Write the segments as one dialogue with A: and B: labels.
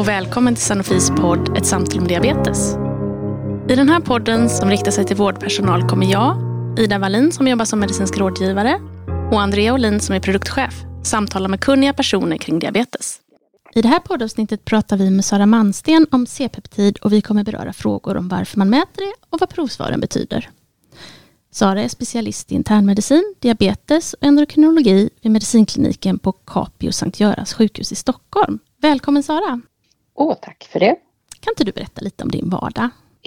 A: och välkommen till Sanofis podd Ett samtal om diabetes. I den här podden som riktar sig till vårdpersonal kommer jag, Ida Wallin som jobbar som medicinsk rådgivare och Andrea Olin som är produktchef samtala med kunniga personer kring diabetes. I det här poddavsnittet pratar vi med Sara Mansten om C-peptid och vi kommer beröra frågor om varför man mäter det och vad provsvaren betyder. Sara är specialist i internmedicin, diabetes och endokrinologi vid medicinkliniken på Capio Sankt Görans sjukhus i Stockholm. Välkommen Sara!
B: Tack för det.
A: Kan inte du berätta lite om din vardag?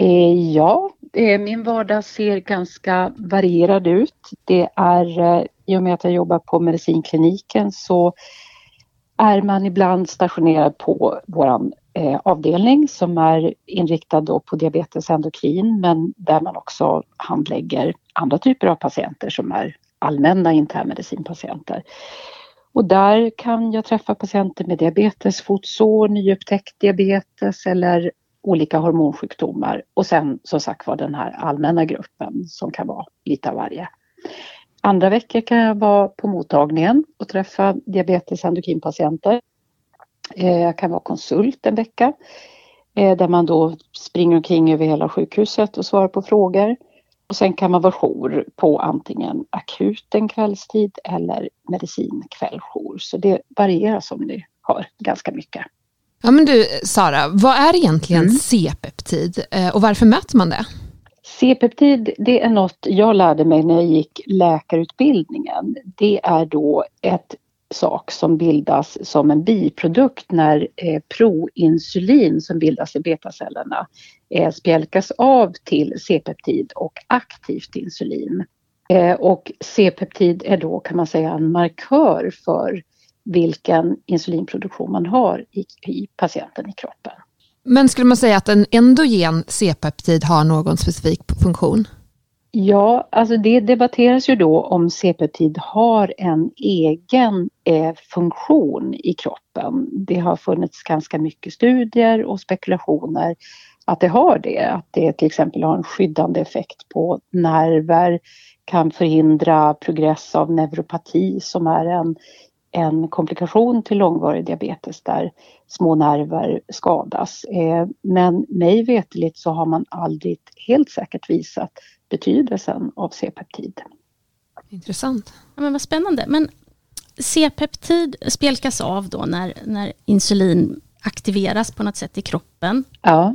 B: Min vardag ser ganska varierad ut. Det är, i och med att jag jobbar på medicinkliniken så är man ibland stationerad på våran avdelning som är inriktad då på diabetes endokrin, men där man också handlägger andra typer av patienter som är allmänna internmedicinpatienter. Och där kan jag träffa patienter med diabetes, fotsår, nyupptäckt diabetes eller olika hormonsjukdomar. Och sen som sagt var den här allmänna gruppen som kan vara lite av varje. Andra veckor kan jag vara på mottagningen och träffa diabetes endokrinpatienter. Jag kan vara konsult en vecka där man då springer omkring över hela sjukhuset och svarar på frågor. Och sen kan man vara jour på antingen akuten kvällstid eller medicinkvälljour. Så det varierar som ni hör ganska mycket.
C: Ja men du Sara, vad är egentligen C-peptid och varför mäter man det?
B: C-peptid, det är något jag lärde mig när jag gick läkarutbildningen. Det är då ett sak som bildas som en biprodukt när proinsulin som bildas i betacellerna spjälkas av till C-peptid och aktivt insulin. Och C-peptid är då kan man säga en markör för vilken insulinproduktion man har i patienten i kroppen.
C: Men skulle man säga att en endogen C-peptid har någon specifik funktion?
B: Ja, alltså det debatteras ju då om C-peptid har en egen funktion i kroppen. Det har funnits ganska mycket studier och spekulationer att det har det. Att det till exempel har en skyddande effekt på nerver, kan förhindra progress av neuropati som är en komplikation till långvarig diabetes där små nerver skadas. Men mig veterligt så har man aldrig helt säkert visat betydelsen av C-peptid.
C: Intressant.
A: Ja, men vad spännande. Men C-peptid spjälkas av då när insulin aktiveras på något sätt i kroppen.
B: Ja.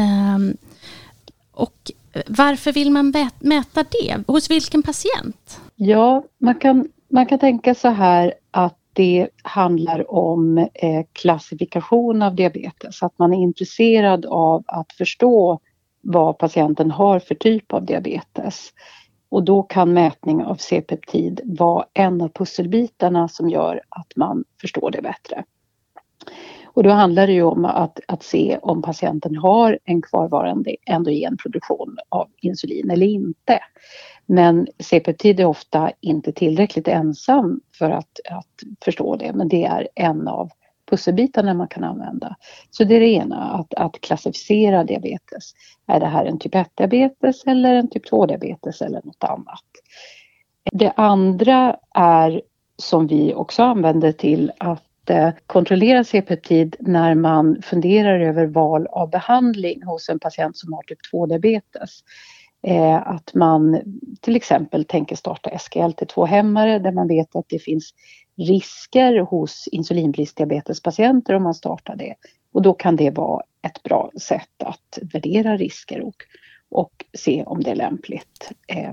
A: Och varför vill man mäta det? Hos vilken patient?
B: Ja, man kan tänka så här att det handlar om klassifikation av diabetes. Att man är intresserad av att förstå vad patienten har för typ av diabetes. Och då kan mätning av C-peptid vara en av pusselbitarna som gör att man förstår det bättre. Och då handlar det ju om att se om patienten har en kvarvarande endogen produktion av insulin eller inte. Men C-peptid är ofta inte tillräckligt ensam för att förstå det. Men det är en av pusselbitarna man kan använda. Så det är det ena, att klassificera diabetes. Är det här en typ 1-diabetes eller en typ 2-diabetes eller något annat? Det andra är som vi också använder till att kontrollera C-peptid när man funderar över val av behandling hos en patient som har typ 2-diabetes. Att man till exempel tänker starta SGLT2-hämmare där man vet att det finns risker hos insulinbristdiabetespatienter om man startar det. Och då kan det vara ett bra sätt att värdera risker och se om det är lämpligt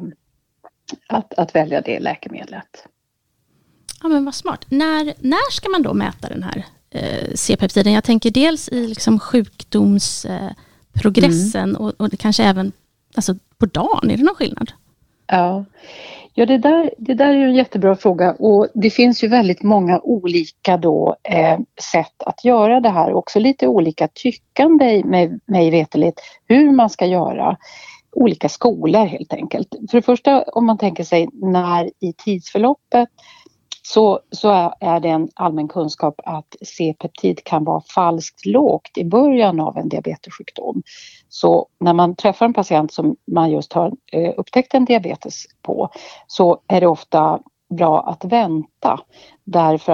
B: att välja det läkemedlet.
A: Ja men vad smart. När ska man då mäta den här C-peptiden? Jag tänker dels i liksom sjukdomsprogressen och det kanske även alltså på dagen. Är det någon skillnad?
B: Ja, det där är ju en jättebra fråga och det finns ju väldigt många olika sätt att göra det här. Också lite olika tyckande med mig veterligt hur man ska göra. Olika skolor helt enkelt. För det första om man tänker sig när i tidsförloppet så är det en allmän kunskap att C-peptid kan vara falskt lågt i början av en diabetessjukdom. Så när man träffar en patient som man just har upptäckt en diabetes på så är det ofta bra att vänta. Därför att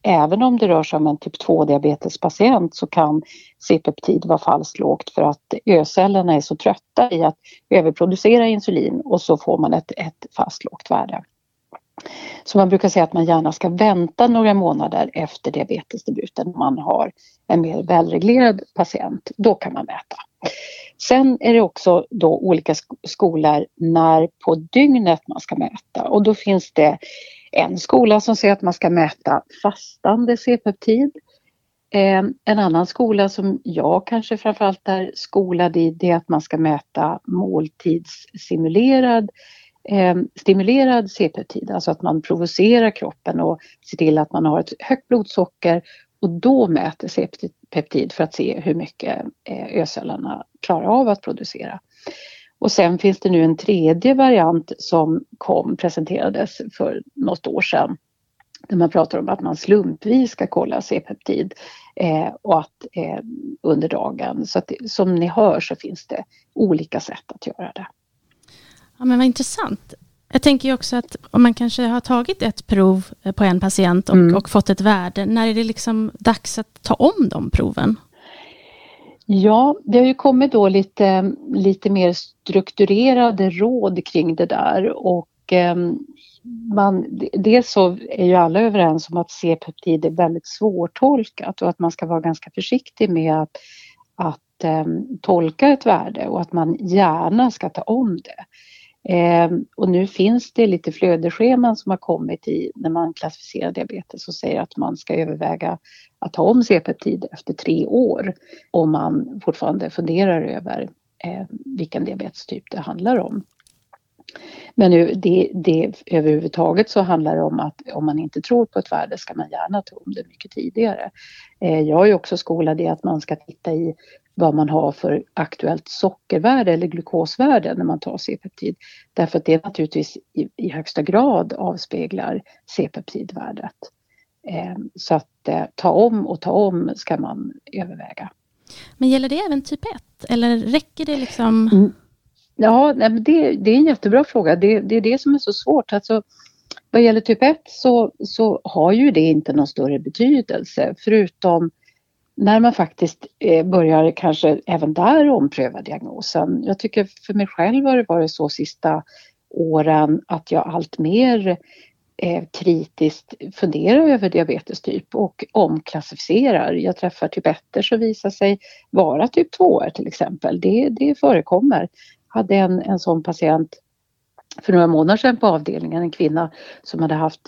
B: även om det rör sig om en typ 2-diabetespatient så kan C-peptid vara falskt lågt för att ö-cellerna är så trötta i att överproducera insulin och så får man ett fast lågt värde. Så man brukar säga att man gärna ska vänta några månader efter diabetesdebuten om man har en mer välreglerad patient. Då kan man mäta. Sen är det också då olika skolor när på dygnet man ska mäta. Och då finns det en skola som säger att man ska mäta fastande C-peptid. En annan skola som jag kanske framförallt är skolad i, det är att man ska mäta måltidsstimulerad C-peptid. Alltså att man provocerar kroppen och ser till att man har ett högt blodsocker och då mäter C-peptid för att se hur mycket ö-cellerna klarar av att producera. Och sen finns det nu en tredje variant som presenterades för något år sedan. Där man pratar om att man slumpvis ska kolla C-peptid och att under dagen. Så att som ni hör så finns det olika sätt att göra det.
A: Ja, men vad intressant. Jag tänker ju också att om man kanske har tagit ett prov på en patient och fått ett värde, när är det liksom dags att ta om de proven?
B: Ja, det har ju kommit då lite mer strukturerade råd kring det där och dels så är ju alla överens om att C-peptid är väldigt svårtolkat och att man ska vara ganska försiktig med att tolka ett värde och att man gärna ska ta om det. Och nu finns det lite flödescheman som har kommit när man klassificerar diabetes och säger att man ska överväga att ta om C-peptid efter 3 år om man fortfarande funderar över vilken diabetestyp det handlar om. Men nu, det överhuvudtaget så handlar det om att om man inte tror på ett värde ska man gärna ta om det mycket tidigare. Jag är ju också skolad i att man ska titta i vad man har för aktuellt sockervärde eller glukosvärde när man tar C-peptid. Därför att det naturligtvis i högsta grad avspeglar C-peptidvärdet. Så att ta om ska man överväga.
A: Men gäller det även typ 1? Eller räcker det liksom?
B: Ja, det är en jättebra fråga. Det är det som är så svårt. Alltså, vad gäller typ 1 så har ju det inte någon större betydelse. Förutom när man faktiskt börjar kanske även där ompröva diagnosen. Jag tycker för mig själv har det varit så sista åren att jag allt mer kritiskt funderar över diabetestyp och omklassificerar. Jag träffar typ 1 som visar sig vara typ 2 till exempel. Det förekommer. Hade en sån patient för några månader sedan på avdelningen, en kvinna som hade haft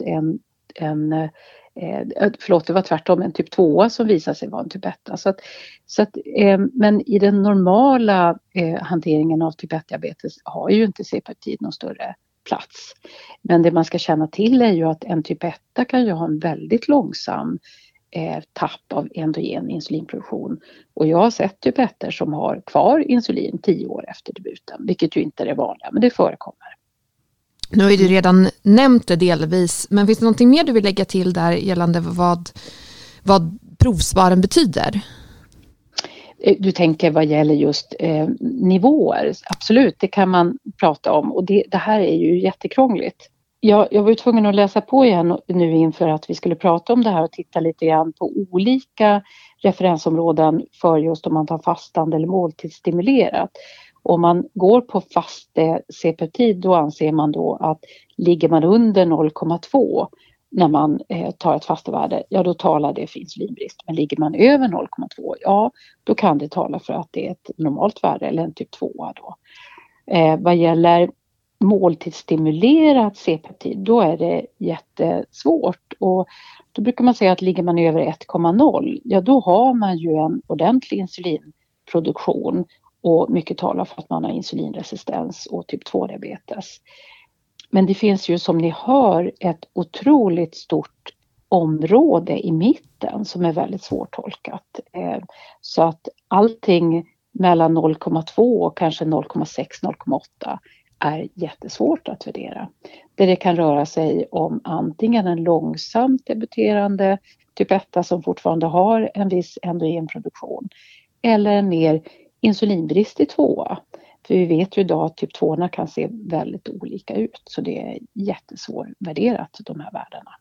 B: det var tvärtom, en typ 2 som visade sig vara en typ 1. Men i den normala hanteringen av typ 1-diabetes har ju inte C-peptid någon större plats. Men det man ska känna till är ju att en typ 1 kan ju ha en väldigt långsam tapp av endogen insulinproduktion. Och jag har sett typ 1 som har kvar insulin 10 år efter debuten, vilket ju inte är det vanliga, men det förekommer.
C: Nu har ju du redan nämnt det delvis, men finns det någonting mer du vill lägga till där gällande vad provsvaren betyder?
B: Du tänker vad gäller just nivåer, absolut, det kan man prata om och det här är ju jättekrångligt. Jag var ju tvungen att läsa på igen nu inför att vi skulle prata om det här och titta lite grann på olika referensområden för just om man tar fastande eller måltidsstimulerat. Om man går på fast C-peptid då anser man då att ligger man under 0,2 när man tar ett fastvärde, ja då talar det för insulinbrist. Men ligger man över 0,2, ja då kan det tala för att det är ett normalt värde eller en typ 2 då. Vad gäller måltidsstimulerat C-peptid, då är det jättesvårt och då brukar man säga att ligger man över 1,0, ja då har man ju en ordentlig insulinproduktion och mycket talar för att man har insulinresistens och typ 2-diabetes. Men det finns ju som ni hör ett otroligt stort område i mitten som är väldigt svårtolkat. Så att allting mellan 0,2 och kanske 0,6-0,8 är jättesvårt att värdera. Det kan röra sig om antingen en långsamt debuterande typ 1 som fortfarande har en viss endogenproduktion eller en mer insulinbristig 2. För vi vet ju idag att typ 2 kan se väldigt olika ut så det är jättesvårvärderat de här värdena.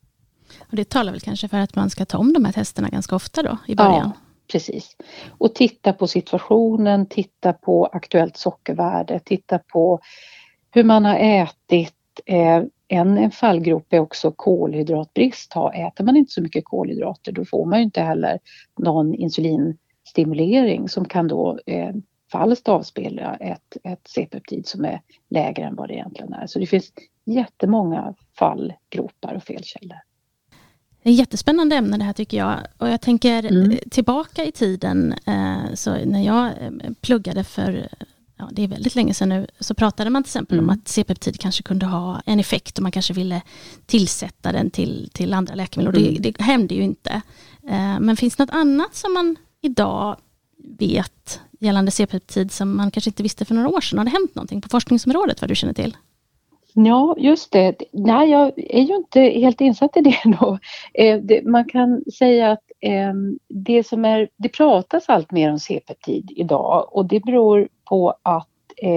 A: Och det talar väl kanske för att man ska ta om de här testerna ganska ofta då i början?
B: Ja, precis. Och titta på situationen, titta på aktuellt sockervärde, titta på hur man har ätit. En fallgrop är också kolhydratbrist. Äter man inte så mycket kolhydrater, då får man ju inte heller någon insulinstimulering som kan då falskt avspegla ett C-peptid som är lägre än vad det egentligen är. Så det finns jättemånga fallgropar och felkällor.
A: Det är ett jättespännande ämne det här tycker jag. Och jag tänker tillbaka i tiden, så när jag pluggade för, det är väldigt länge sedan nu, så pratade man till exempel om att C-peptid kanske kunde ha en effekt och man kanske ville tillsätta den till andra läkemedel. Och det hände ju inte. Men finns det något annat som man idag vet gällande C-peptid som man kanske inte visste för några år sedan? Har det hänt någonting på forskningsområdet vad du känner till?
B: Ja, just det. Nej, jag är ju inte helt insatt i det då. Man kan säga att det pratas allt mer om C-peptid idag, och det beror på att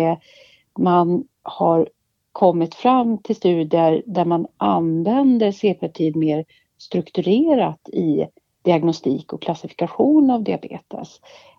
B: man har kommit fram till studier där man använder C-peptid mer strukturerat i diagnostik och klassifikation av diabetes.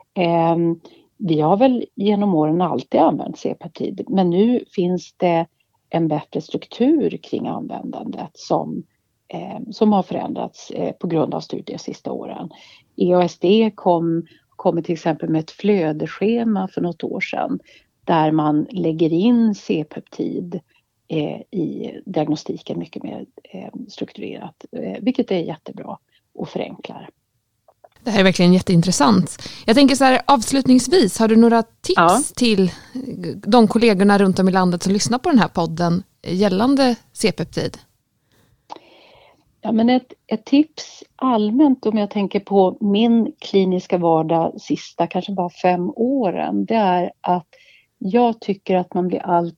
B: Vi har väl genom åren alltid använt C-peptid, men nu finns det en bättre struktur kring användandet som har förändrats på grund av studier de sista åren. EASD kommer till exempel med ett flödeschema för något år sedan där man lägger in C-peptid i diagnostiken mycket mer strukturerat, vilket är jättebra och förenklar.
C: Det här är verkligen jätteintressant. Jag tänker så här, avslutningsvis, har du några tips till de kollegorna runt om i landet som lyssnar på den här podden gällande C-peptid?
B: Ja, men ett tips allmänt om jag tänker på min kliniska vardag sista kanske bara 5 åren, det är att jag tycker att man blir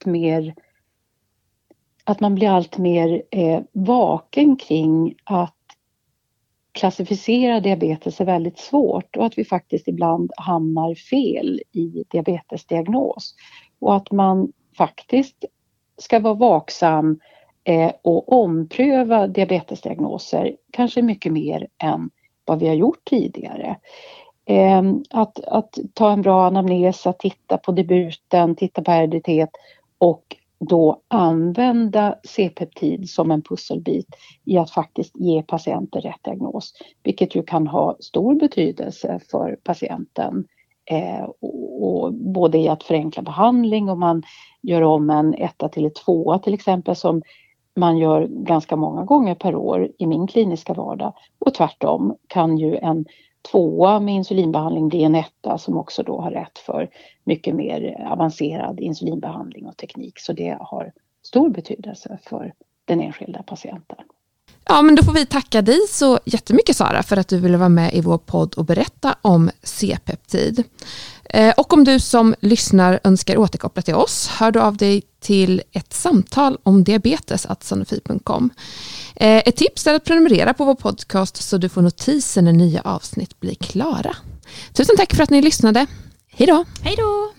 B: allt mer vaken kring att klassificera diabetes är väldigt svårt och att vi faktiskt ibland hamnar fel i diabetesdiagnos. Och att man faktiskt ska vara vaksam och ompröva diabetesdiagnoser kanske mycket mer än vad vi har gjort tidigare. Att ta en bra anamnes, att titta på debuten, titta på hereditet och då använda C-peptid som en pusselbit i att faktiskt ge patienten rätt diagnos. Vilket ju kan ha stor betydelse för patienten. Och både i att förenkla behandling, om man gör om en 1 till ett 2 till exempel, som man gör ganska många gånger per år i min kliniska vardag. Och tvärtom kan ju en 2 med insulinbehandling bli en 1 som också då har rätt för mycket mer avancerad insulinbehandling och teknik. Så det har stor betydelse för den enskilda patienten.
C: Ja, men då får vi tacka dig så jättemycket, Sara, för att du ville vara med i vår podd och berätta om C-peptid. Och om du som lyssnar önskar återkoppla till oss, hör du av dig till ett samtal om diabetes@sanofi.com. Ett tips är att prenumerera på vår podcast så du får notiser när nya avsnitt blir klara. Tusen tack för att ni lyssnade. Hej då!
A: Hej då!